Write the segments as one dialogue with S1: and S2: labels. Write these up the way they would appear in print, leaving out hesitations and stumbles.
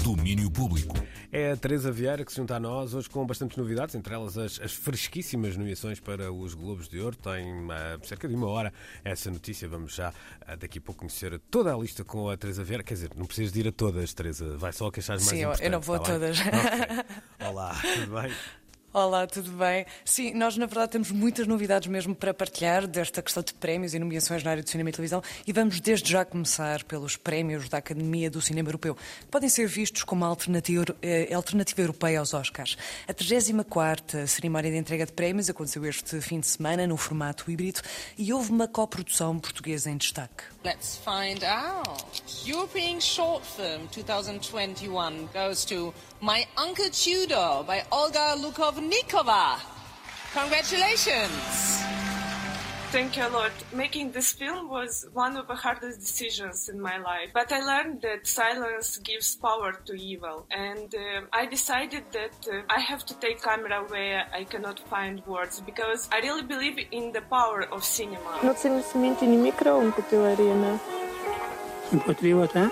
S1: Domínio Público.
S2: É a Teresa Vieira que se junta a nós hoje com bastantes novidades, entre elas as fresquíssimas nomeações para os Globos de Ouro. Tem cerca de uma hora essa notícia. Vamos já daqui a pouco conhecer toda a lista com a Teresa Vieira. Quer dizer, não precisas de ir a todas, Teresa. Vai só a que achares mais importante.
S3: Sim, eu não vou a todas.
S2: Okay. Olá, tudo bem?
S3: Olá, tudo bem? Sim, nós na verdade temos muitas novidades mesmo para partilhar desta questão de prémios e nomeações na área de cinema e televisão e vamos desde já começar pelos prémios da Academia do Cinema Europeu, que podem ser vistos como alternativa europeia aos Oscars. A 34ª cerimónia de entrega de prémios aconteceu este fim de semana no formato híbrido e houve uma coprodução portuguesa em destaque.
S4: Let's find out. European Short Film 2021 goes to My Uncle Tudor by Olga Lukovnikova. Congratulations!
S5: Thank you a lot. Making this film was one of the hardest decisions in my life. But I learned that silence gives power to evil. And I decided that I have to take camera where I cannot find words. Because I really believe in the power of cinema.
S6: No целый не микрофон купила.
S7: Патриота?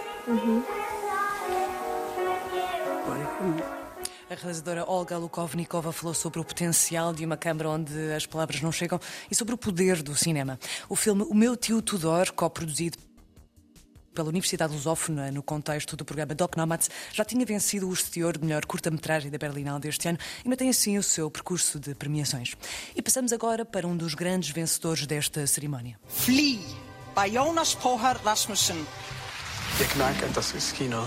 S3: A realizadora Olga Lukovnikova falou sobre o potencial de uma câmara onde as palavras não chegam e sobre o poder do cinema. O filme O Meu Tio Tudor, coproduzido pela Universidade Lusófona no contexto do programa Doc Nomads, já tinha vencido o Stior de melhor curta-metragem da Berlinale deste ano e mantém assim o seu percurso de premiações. E passamos agora para um dos grandes vencedores desta cerimónia.
S8: Flee, by Jonas Pohar Rasmussen.
S7: Jeg knakker, at der skal ske noget.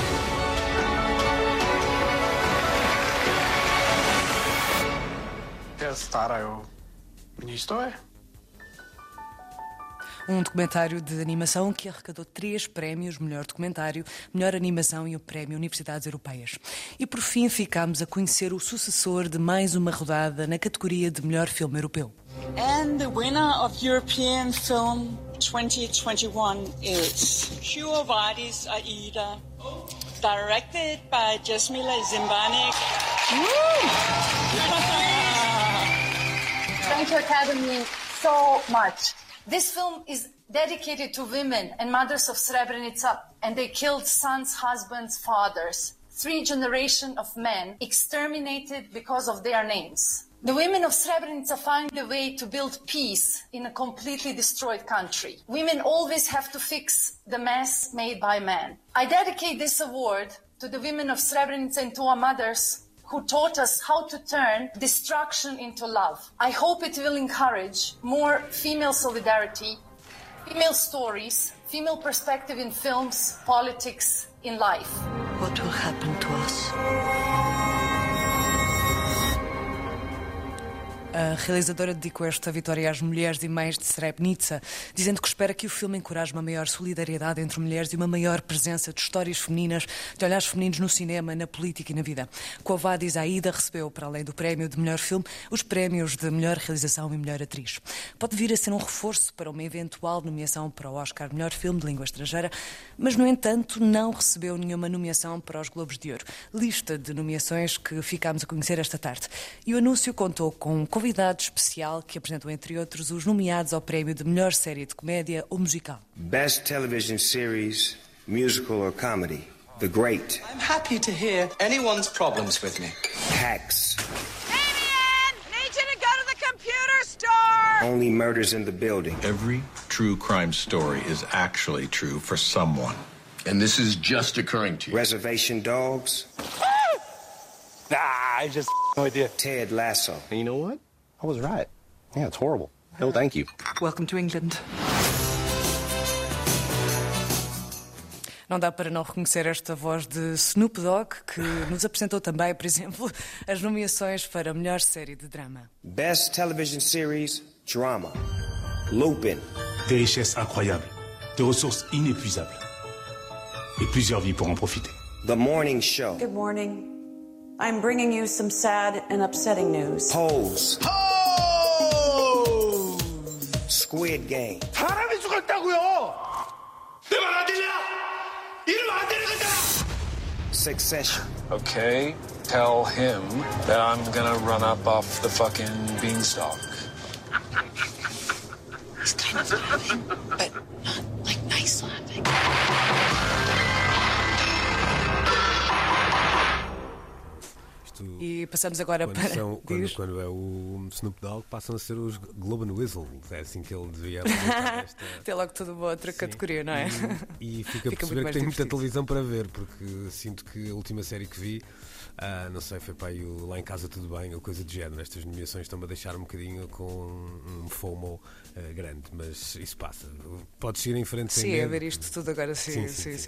S7: Her starter jo min historie.
S3: Um documentário de animação que arrecadou 3 prémios, melhor documentário, melhor animação e o prémio Universidades Europeias. E por fim ficámos a conhecer o sucessor de mais uma rodada na categoria de melhor filme europeu.
S8: And the winner of European Film 2021 is Quo Vadis Aida, directed by Jasmila Zimbanik.
S9: Thank you, Academy, so much. This film is dedicated to women and mothers of Srebrenica, and they killed sons, husbands, fathers. 3 generations of men exterminated because of their names. The women of Srebrenica find a way to build peace in a completely destroyed country. Women always have to fix the mess made by men. I dedicate this award to the women of Srebrenica and to our mothers who taught us how to turn destruction into love. I hope it will encourage more female solidarity, female stories, female perspective in films, politics, in life.
S8: What will happen to us?
S3: A realizadora dedicou esta vitória às mulheres e mães de Srebrenica, dizendo que espera que o filme encoraje uma maior solidariedade entre mulheres e uma maior presença de histórias femininas, de olhares femininos no cinema, na política e na vida. Quo Vadis Aida recebeu, para além do prémio de melhor filme, os prémios de melhor realização e melhor atriz. Pode vir a ser um reforço para uma eventual nomeação para o Oscar melhor filme de língua estrangeira, mas, no entanto, não recebeu nenhuma nomeação para os Globos de Ouro. Lista de nomeações que ficámos a conhecer esta tarde. E o anúncio contou com um convidado especial que apresentou, entre outros, os nomeados ao prémio de melhor série de comédia ou musical.
S10: Best Television Series, Musical or Comedy, The Great.
S11: I'm happy to hear anyone's problems with me.
S10: Hacks.
S4: Damien! Need you to go to the computer store!
S10: Only Murders in the Building.
S1: Every true crime story is actually true for someone. And this is just occurring to you.
S10: Reservation Dogs.
S7: I just no idea.
S10: Ted Lasso.
S12: And you know what? I was right. Yeah, it's horrible. No, thank you.
S8: Welcome to England.
S3: Não dá para não reconhecer esta voz de Snoop Dogg, que nos apresentou também, por exemplo, as nomeações para a melhor série de drama.
S10: Best Television Series, Drama. Lupin.
S13: Des richesses incroyables, des ressources inépuisables. Et plusieurs vies pour en profiter.
S10: The Morning Show.
S14: Good morning. I'm bringing you some sad and upsetting news.
S10: Pose. Squid Game.
S7: 사람이 죽었다고요! 내 말 안 들려? 이러면 안 되는 거잖아!
S10: Succession.
S15: Okay, tell him that I'm gonna run up off the fucking beanstalk.
S8: He's kind of laughing, but not like nice laughing.
S3: E passamos agora
S2: quando é o Snoop Dogg, passam a ser os Globe and Whistle. É assim que ele devia apresentar esta...
S3: Tem logo toda uma outra categoria, não é?
S2: E fica a perceber que tem muita televisão para ver, porque sinto que a última série que vi, não sei, foi para aí Lá em Casa Tudo Bem, ou coisa de género. Estas nomeações estão-me a deixar um bocadinho com um FOMO grande, mas isso passa. Podes ir em frente sem medo.
S3: Sim, a ver isto tudo agora, sim.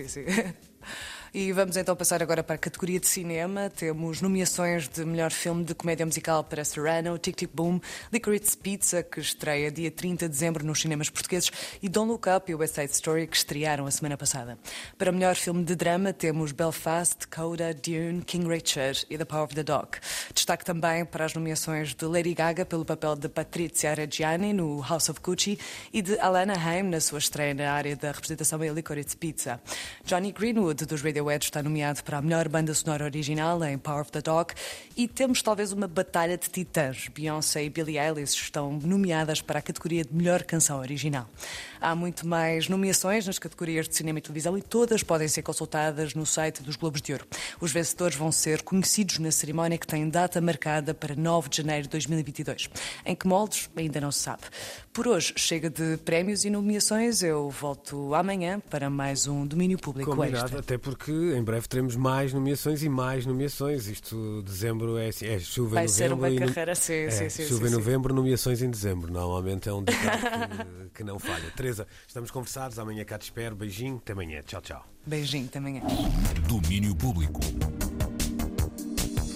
S3: E vamos então passar agora para a categoria de cinema. Temos nomeações de melhor filme de comédia musical para Serrano, Tic Tic Boom, Licorice Pizza, que estreia dia 30 de dezembro nos cinemas portugueses, e Don't Look Up e West Side Story, que estrearam a semana passada. Para melhor filme de drama temos Belfast, Coda, Dune, King Richard e The Power of the Dog. Destaque também para as nomeações de Lady Gaga pelo papel de Patrizia Reggiani no House of Gucci e de Alana Haim na sua estreia na área da representação em Licorice Pizza. Johnny Greenwood, dos Radiohead, está nomeado para a melhor banda sonora original em Power of the Dog, e temos talvez uma batalha de titãs. Beyoncé e Billie Eilish estão nomeadas para a categoria de melhor canção original. Há muito mais nomeações nas categorias de cinema e televisão e todas podem ser consultadas no site dos Globos de Ouro. Os vencedores vão ser conhecidos na cerimónia, que tem data marcada para 9 de janeiro de 2022. Em que moldes? Ainda não se sabe. Por hoje chega de prémios e nomeações. Eu volto amanhã para mais um Domínio Público
S2: Combinado,
S3: Extra.
S2: até porque em breve teremos mais nomeações e mais nomeações. Isto, dezembro é chuva
S3: Vai
S2: em novembro.
S3: ser uma carreira, sim.
S2: Chuva em novembro, nomeações em dezembro. Normalmente é um ditado que não falha. Teresa, estamos conversados. Amanhã cá te espero. Beijinho. Até amanhã. Tchau, tchau.
S3: Beijinho. Até amanhã.
S16: Domínio Público.